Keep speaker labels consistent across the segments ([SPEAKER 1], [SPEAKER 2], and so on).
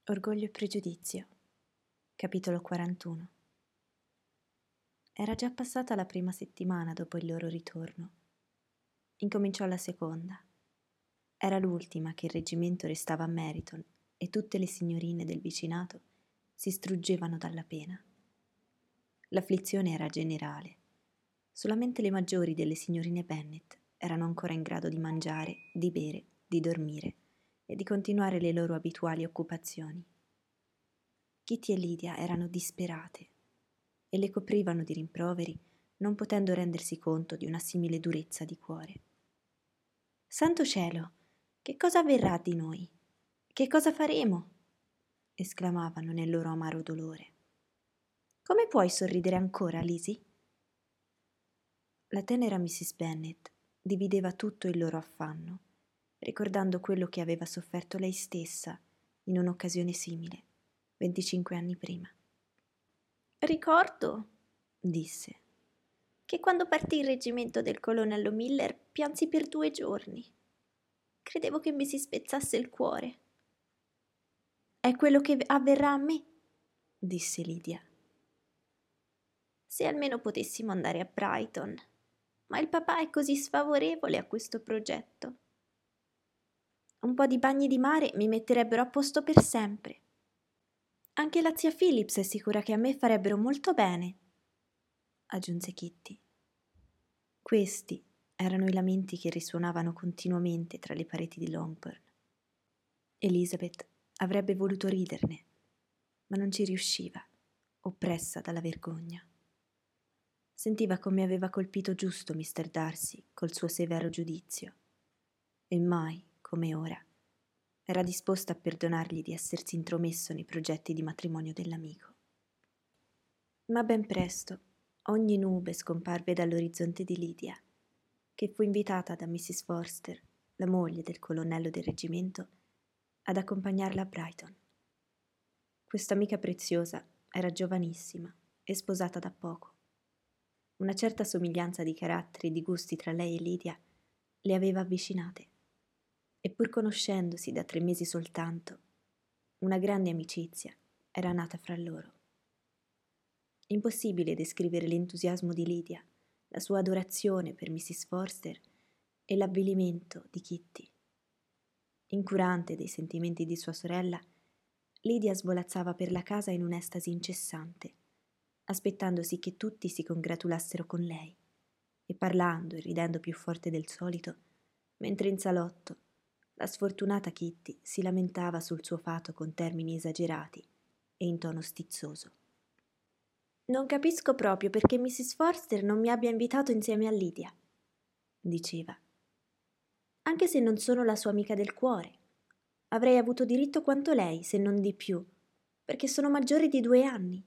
[SPEAKER 1] Orgoglio e pregiudizio, capitolo 41. Era già passata la prima settimana dopo il loro ritorno. Incominciò la seconda. Era l'ultima che il reggimento restava a Meriton e tutte le signorine del vicinato si struggevano dalla pena. L'afflizione era generale. Solamente le maggiori delle signorine Bennet erano ancora in grado di mangiare, di bere, di dormire e di continuare le loro abituali occupazioni. Kitty e Lydia erano disperate e le coprivano di rimproveri, non potendo rendersi conto di una simile durezza di cuore. «Santo cielo, che cosa avverrà di noi? Che cosa faremo?» esclamavano nel loro amaro dolore. «Come puoi sorridere ancora, Lizzie?» La tenera Mrs. Bennet divideva tutto il loro affanno, ricordando quello che aveva sofferto lei stessa in un'occasione simile, 25 anni prima. «Ricordo», disse, «che quando partì il reggimento del colonnello Miller piansi per 2 giorni. Credevo che mi si spezzasse il cuore». «È quello che avverrà a me», disse Lydia. «Se almeno potessimo andare a Brighton, ma il papà è così sfavorevole a questo progetto. Un po' di bagni di mare mi metterebbero a posto per sempre. Anche la zia Phillips è sicura che a me farebbero molto bene», aggiunse Kitty. Questi erano i lamenti che risuonavano continuamente tra le pareti di Longbourn. Elizabeth avrebbe voluto riderne, ma non ci riusciva, oppressa dalla vergogna. Sentiva come aveva colpito giusto Mr. Darcy col suo severo giudizio, e mai, come ora, era disposta a perdonargli di essersi intromesso nei progetti di matrimonio dell'amico. Ma ben presto ogni nube scomparve dall'orizzonte di Lydia, che fu invitata da Mrs. Forster, la moglie del colonnello del reggimento, ad accompagnarla a Brighton. Questa amica preziosa era giovanissima e sposata da poco. Una certa somiglianza di caratteri e di gusti tra lei e Lydia le aveva avvicinate, e pur conoscendosi da 3 mesi soltanto, una grande amicizia era nata fra loro. Impossibile descrivere l'entusiasmo di Lydia, la sua adorazione per Mrs. Forster e l'avvilimento di Kitty. Incurante dei sentimenti di sua sorella, Lydia svolazzava per la casa in un'estasi incessante, aspettandosi che tutti si congratulassero con lei, e parlando e ridendo più forte del solito, mentre in salotto la sfortunata Kitty si lamentava sul suo fato con termini esagerati e in tono stizzoso. «Non capisco proprio perché Mrs. Forster non mi abbia invitato insieme a Lydia», diceva. «Anche se non sono la sua amica del cuore. Avrei avuto diritto quanto lei, se non di più, perché sono maggiore di 2 anni».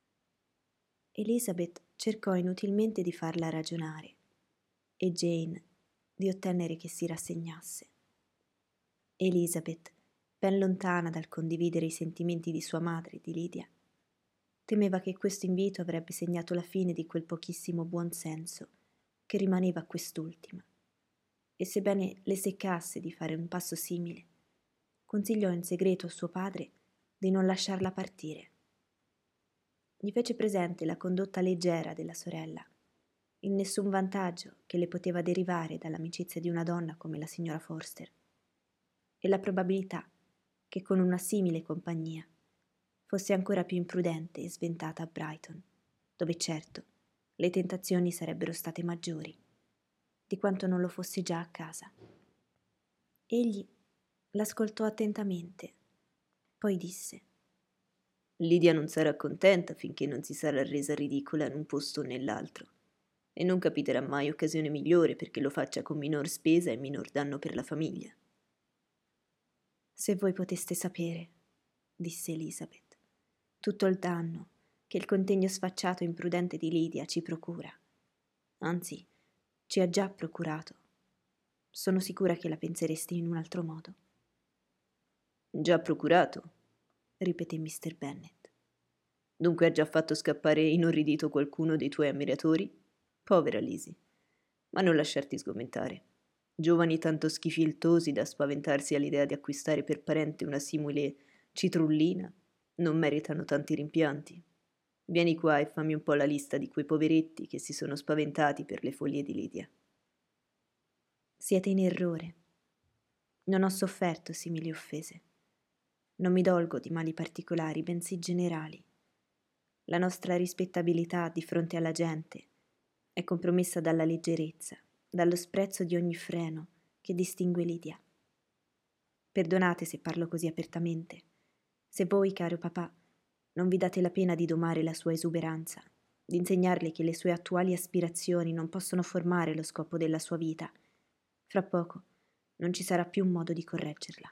[SPEAKER 1] Elizabeth cercò inutilmente di farla ragionare e Jane di ottenere che si rassegnasse. Elizabeth, ben lontana dal condividere i sentimenti di sua madre e di Lydia, temeva che questo invito avrebbe segnato la fine di quel pochissimo buon senso che rimaneva a quest'ultima, e sebbene le seccasse di fare un passo simile, consigliò in segreto a suo padre di non lasciarla partire. Gli fece presente la condotta leggera della sorella, il nessun vantaggio che le poteva derivare dall'amicizia di una donna come la signora Forster, e la probabilità che con una simile compagnia fosse ancora più imprudente e sventata a Brighton, dove certo le tentazioni sarebbero state maggiori di quanto non lo fosse già a casa. Egli l'ascoltò attentamente, poi disse: «Lydia non sarà contenta finché non si sarà resa ridicola in un posto o nell'altro, e non capiterà mai occasione migliore perché lo faccia con minor spesa e minor danno per la famiglia». «Se voi poteste sapere», disse Elizabeth, «tutto il danno che il contegno sfacciato e imprudente di Lydia ci procura. Anzi, ci ha già procurato. Sono sicura che la pensereste in un altro modo». «Già procurato?» ripeté Mr. Bennet. «Dunque ha già fatto scappare inorridito qualcuno dei tuoi ammiratori? Povera Lizzie. Ma non lasciarti sgomentare. Giovani tanto schifiltosi da spaventarsi all'idea di acquistare per parente una simile
[SPEAKER 2] Citrullina, non meritano tanti rimpianti. Vieni qua e fammi un po' la lista di quei poveretti che si sono spaventati per le follie di Lidia.
[SPEAKER 1] Siete in errore. Non ho sofferto simili offese. Non mi dolgo di mali particolari, bensì generali. La nostra rispettabilità di fronte alla gente è compromessa dalla leggerezza, dallo sprezzo di ogni freno che distingue Lidia. Perdonate se parlo così apertamente. Se voi, caro papà, non vi date la pena di domare la sua esuberanza, di insegnarle che le sue attuali aspirazioni non possono formare lo scopo della sua vita, fra poco non ci sarà più un modo di correggerla.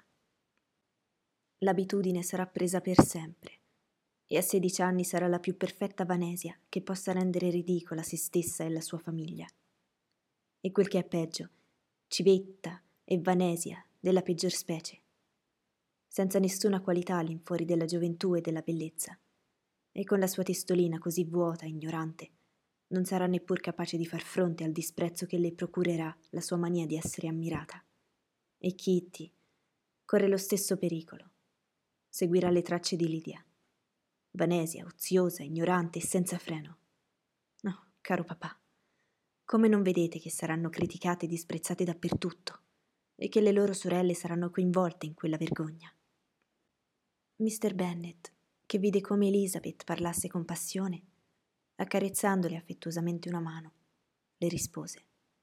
[SPEAKER 1] L'abitudine sarà presa per sempre e a 16 anni sarà la più perfetta Vanesia che possa rendere ridicola se stessa e la sua famiglia. E quel che è peggio, civetta e Vanesia della peggior specie, senza nessuna qualità all'infuori della gioventù e della bellezza, e con la sua testolina così vuota e ignorante, non sarà neppur capace di far fronte al disprezzo che le procurerà la sua mania di essere ammirata. E Kitty corre lo stesso pericolo. Seguirà le tracce di Lidia. Vanesia, oziosa, ignorante e senza freno. No, caro papà, come non vedete che saranno criticate e disprezzate dappertutto e che le loro sorelle saranno coinvolte in quella vergogna? Mr. Bennet, che vide come Elizabeth parlasse con passione, accarezzandole affettuosamente una mano, le rispose: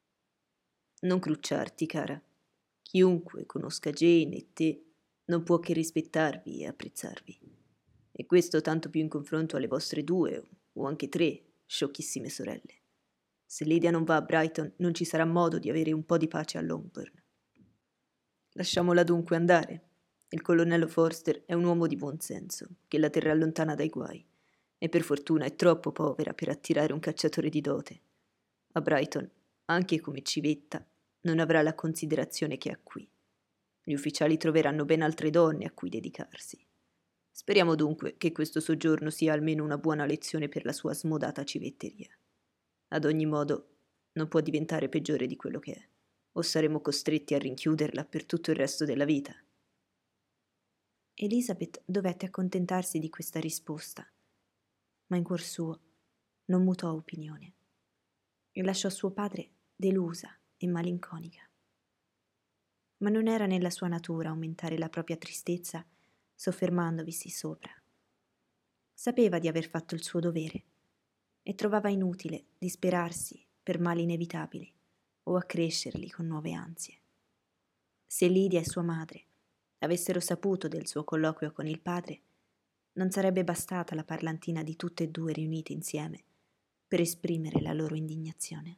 [SPEAKER 2] Non crucciarti, cara. Chiunque conosca Jane e te non può che rispettarvi e apprezzarvi. E questo tanto più in confronto alle vostre 2 o anche 3 sciocchissime sorelle. Se Lydia non va a Brighton non ci sarà modo di avere un po' di pace a Longbourn. Lasciamola dunque andare. Il colonnello Forster è un uomo di buon senso, che la terrà lontana dai guai, e per fortuna è troppo povera per attirare un cacciatore di dote. A Brighton, anche come civetta, non avrà la considerazione che ha qui. Gli ufficiali troveranno ben altre donne a cui dedicarsi. Speriamo dunque che questo soggiorno sia almeno una buona lezione per la sua smodata civetteria. Ad ogni modo, non può diventare peggiore di quello che è, o saremo costretti a rinchiuderla per tutto il resto della vita.
[SPEAKER 1] Elizabeth dovette accontentarsi di questa risposta, ma in cuor suo non mutò opinione e lasciò suo padre delusa e malinconica. Ma non era nella sua natura aumentare la propria tristezza soffermandovisi sopra. Sapeva di aver fatto il suo dovere e trovava inutile disperarsi per mali inevitabili o accrescerli con nuove ansie. Se Lidia e sua madre avessero saputo del suo colloquio con il padre, non sarebbe bastata la parlantina di tutte e due riunite insieme per esprimere la loro indignazione.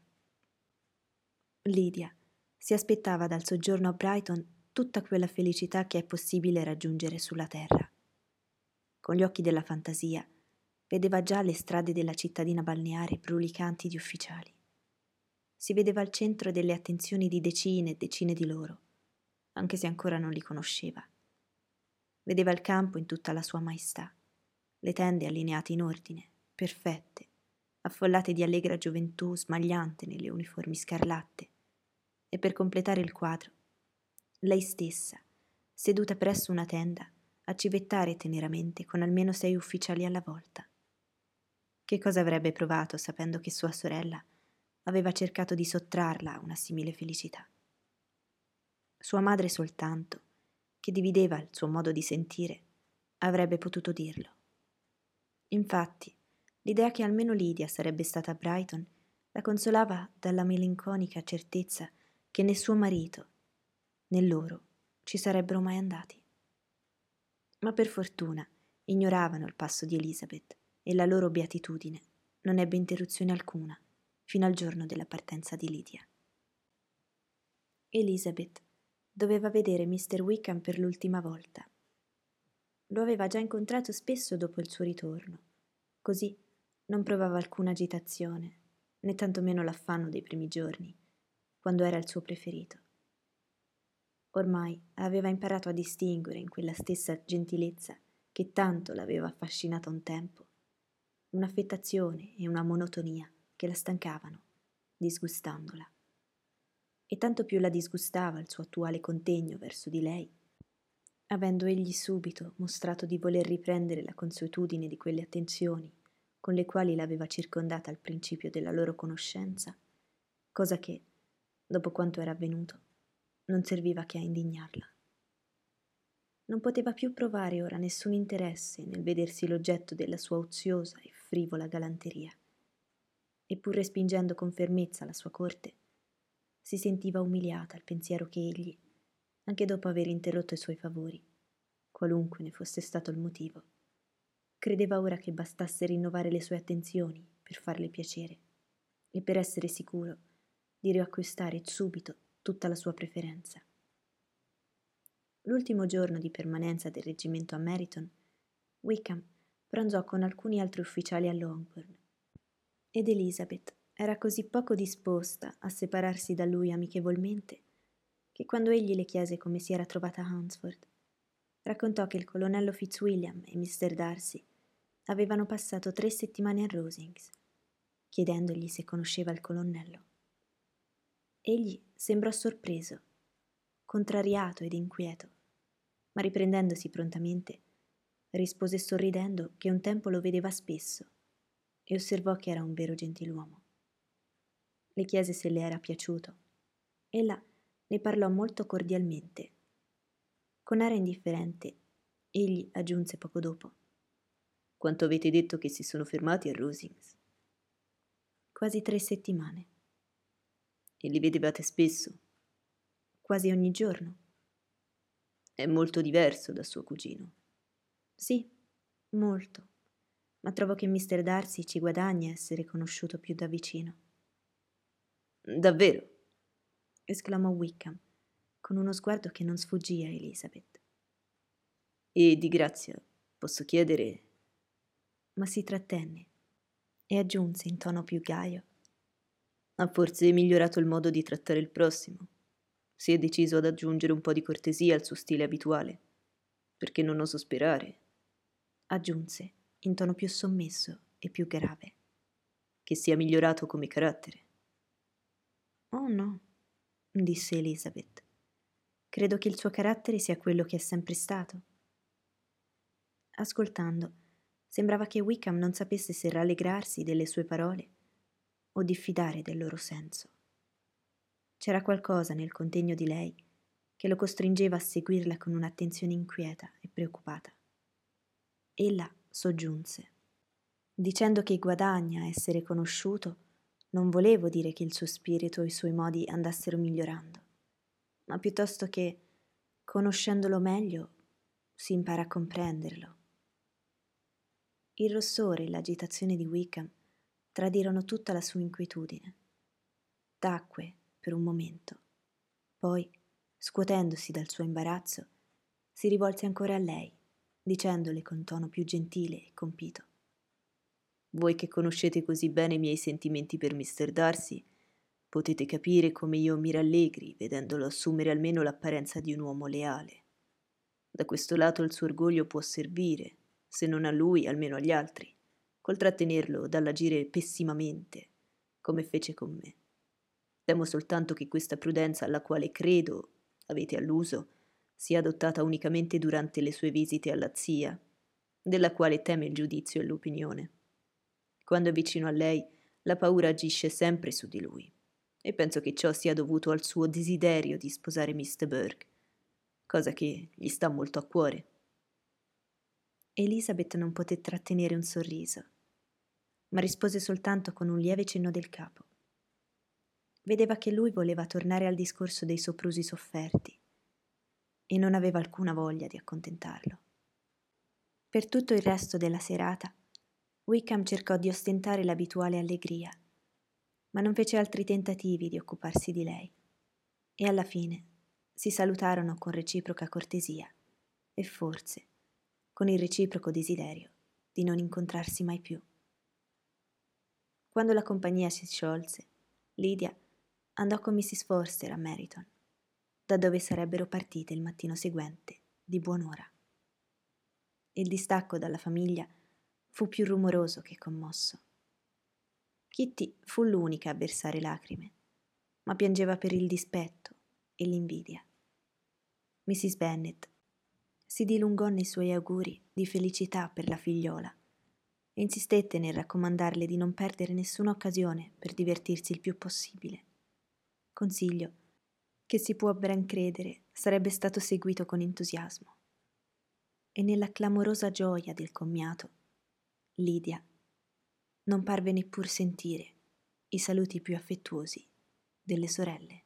[SPEAKER 1] Lidia si aspettava dal soggiorno a Brighton tutta quella felicità che è possibile raggiungere sulla terra. Con gli occhi della fantasia vedeva già le strade della cittadina balneare brulicanti di ufficiali. Si vedeva al centro delle attenzioni di decine e decine di loro, anche se ancora non li conosceva. Vedeva il campo in tutta la sua maestà, le tende allineate in ordine, perfette, affollate di allegra gioventù smagliante nelle uniformi scarlatte, e per completare il quadro, lei stessa, seduta presso una tenda, a civettare teneramente con almeno 6 ufficiali alla volta. Che cosa avrebbe provato sapendo che sua sorella aveva cercato di sottrarla a una simile felicità? Sua madre soltanto, che divideva il suo modo di sentire, avrebbe potuto dirlo. Infatti, l'idea che almeno Lidia sarebbe stata a Brighton la consolava dalla malinconica certezza che né suo marito né loro ci sarebbero mai andati. Ma per fortuna ignoravano il passo di Elizabeth e la loro beatitudine non ebbe interruzione alcuna fino al giorno della partenza di Lidia. Elizabeth doveva vedere Mr. Wickham per l'ultima volta. Lo aveva già incontrato spesso dopo il suo ritorno, così non provava alcuna agitazione, né tantomeno l'affanno dei primi giorni, quando era il suo preferito. Ormai aveva imparato a distinguere in quella stessa gentilezza che tanto l'aveva affascinata un tempo un'affettazione e una monotonia che la stancavano, disgustandola. E tanto più la disgustava il suo attuale contegno verso di lei, avendo egli subito mostrato di voler riprendere la consuetudine di quelle attenzioni con le quali l'aveva circondata al principio della loro conoscenza, cosa che, dopo quanto era avvenuto, non serviva che a indignarla. Non poteva più provare ora nessun interesse nel vedersi l'oggetto della sua oziosa e frivola galanteria, e pur respingendo con fermezza la sua corte, si sentiva umiliata al pensiero che egli, anche dopo aver interrotto i suoi favori, qualunque ne fosse stato il motivo, credeva ora che bastasse rinnovare le sue attenzioni per farle piacere e per essere sicuro di riacquistare subito tutta la sua preferenza. L'ultimo giorno di permanenza del reggimento a Meryton, Wickham pranzò con alcuni altri ufficiali a Longbourn ed Elizabeth era così poco disposta a separarsi da lui amichevolmente che quando egli le chiese come si era trovata a Hunsford, raccontò che il colonnello Fitzwilliam e Mr. Darcy avevano passato 3 settimane a Rosings, chiedendogli se conosceva il colonnello. Egli sembrò sorpreso, contrariato ed inquieto, ma riprendendosi prontamente, rispose sorridendo che un tempo lo vedeva spesso e osservò che era un vero gentiluomo. Le chiese se le era piaciuto. Ella ne parlò molto cordialmente. Con aria indifferente, egli aggiunse poco dopo:
[SPEAKER 2] Quanto avete detto che si sono fermati a Rosings?
[SPEAKER 1] Quasi 3 settimane.
[SPEAKER 2] E li vedevate spesso?
[SPEAKER 1] Quasi ogni giorno.
[SPEAKER 2] È molto diverso da suo cugino.
[SPEAKER 1] Sì, molto. Ma trovo che Mr. Darcy ci guadagni a essere conosciuto più da vicino.
[SPEAKER 2] Davvero?
[SPEAKER 1] Esclamò Wickham, con uno sguardo che non sfuggì a Elizabeth.
[SPEAKER 2] E di grazia, posso chiedere?
[SPEAKER 1] Ma si trattenne e aggiunse in tono più gaio:
[SPEAKER 2] Ha forse migliorato il modo di trattare il prossimo? Si è deciso ad aggiungere un po' di cortesia al suo stile abituale? Perché non oso sperare
[SPEAKER 1] aggiunse in tono più sommesso e più grave.
[SPEAKER 2] che sia migliorato come carattere.
[SPEAKER 1] Oh no, disse Elizabeth. Credo che il suo carattere sia quello che è sempre stato. Ascoltando, sembrava che Wickham non sapesse se rallegrarsi delle sue parole o diffidare del loro senso. C'era qualcosa nel contegno di lei che lo costringeva a seguirla con un'attenzione inquieta e preoccupata. Ella soggiunse: dicendo che guadagna a essere conosciuto, non volevo dire che il suo spirito e i suoi modi andassero migliorando, ma piuttosto che, conoscendolo meglio, si impara a comprenderlo. Il rossore e l'agitazione di Wickham tradirono tutta la sua inquietudine. Tacque per un momento, poi, scuotendosi dal suo imbarazzo, si rivolse ancora a lei, dicendole con tono più gentile e compito:
[SPEAKER 2] Voi che conoscete così bene i miei sentimenti per Mr. Darcy, potete capire come io mi rallegri vedendolo assumere almeno l'apparenza di un uomo leale. Da questo lato il suo orgoglio può servire, se non a lui, almeno agli altri, col trattenerlo dall'agire pessimamente, come fece con me. Temo soltanto che questa prudenza alla quale credo avete alluso sia adottata unicamente durante le sue visite alla zia, della quale teme il giudizio e l'opinione. Quando è vicino a lei, la paura agisce sempre su di lui, e penso che ciò sia dovuto al suo desiderio di sposare Mr. Burke, cosa che gli sta molto a cuore.
[SPEAKER 1] Elizabeth non poté trattenere un sorriso, ma rispose soltanto con un lieve cenno del capo. Vedeva che lui voleva tornare al discorso dei soprusi sofferti e non aveva alcuna voglia di accontentarlo. Per tutto il resto della serata, Wickham cercò di ostentare l'abituale allegria, ma non fece altri tentativi di occuparsi di lei, e alla fine si salutarono con reciproca cortesia e forse con il reciproco desiderio di non incontrarsi mai più. Quando la compagnia si sciolse, Lydia andò con Mrs. Forster a Meryton, da dove sarebbero partite il mattino seguente di buon'ora. Il distacco dalla famiglia fu più rumoroso che commosso. Kitty fu l'unica a versare lacrime, ma piangeva per il dispetto e l'invidia. Mrs. Bennet Si dilungò nei suoi auguri di felicità per la figliola e insistette nel raccomandarle di non perdere nessuna occasione per divertirsi il più possibile. Consiglio che si può ben credere sarebbe stato seguito con entusiasmo. E nella clamorosa gioia del commiato, Lidia non parve neppur sentire i saluti più affettuosi delle sorelle.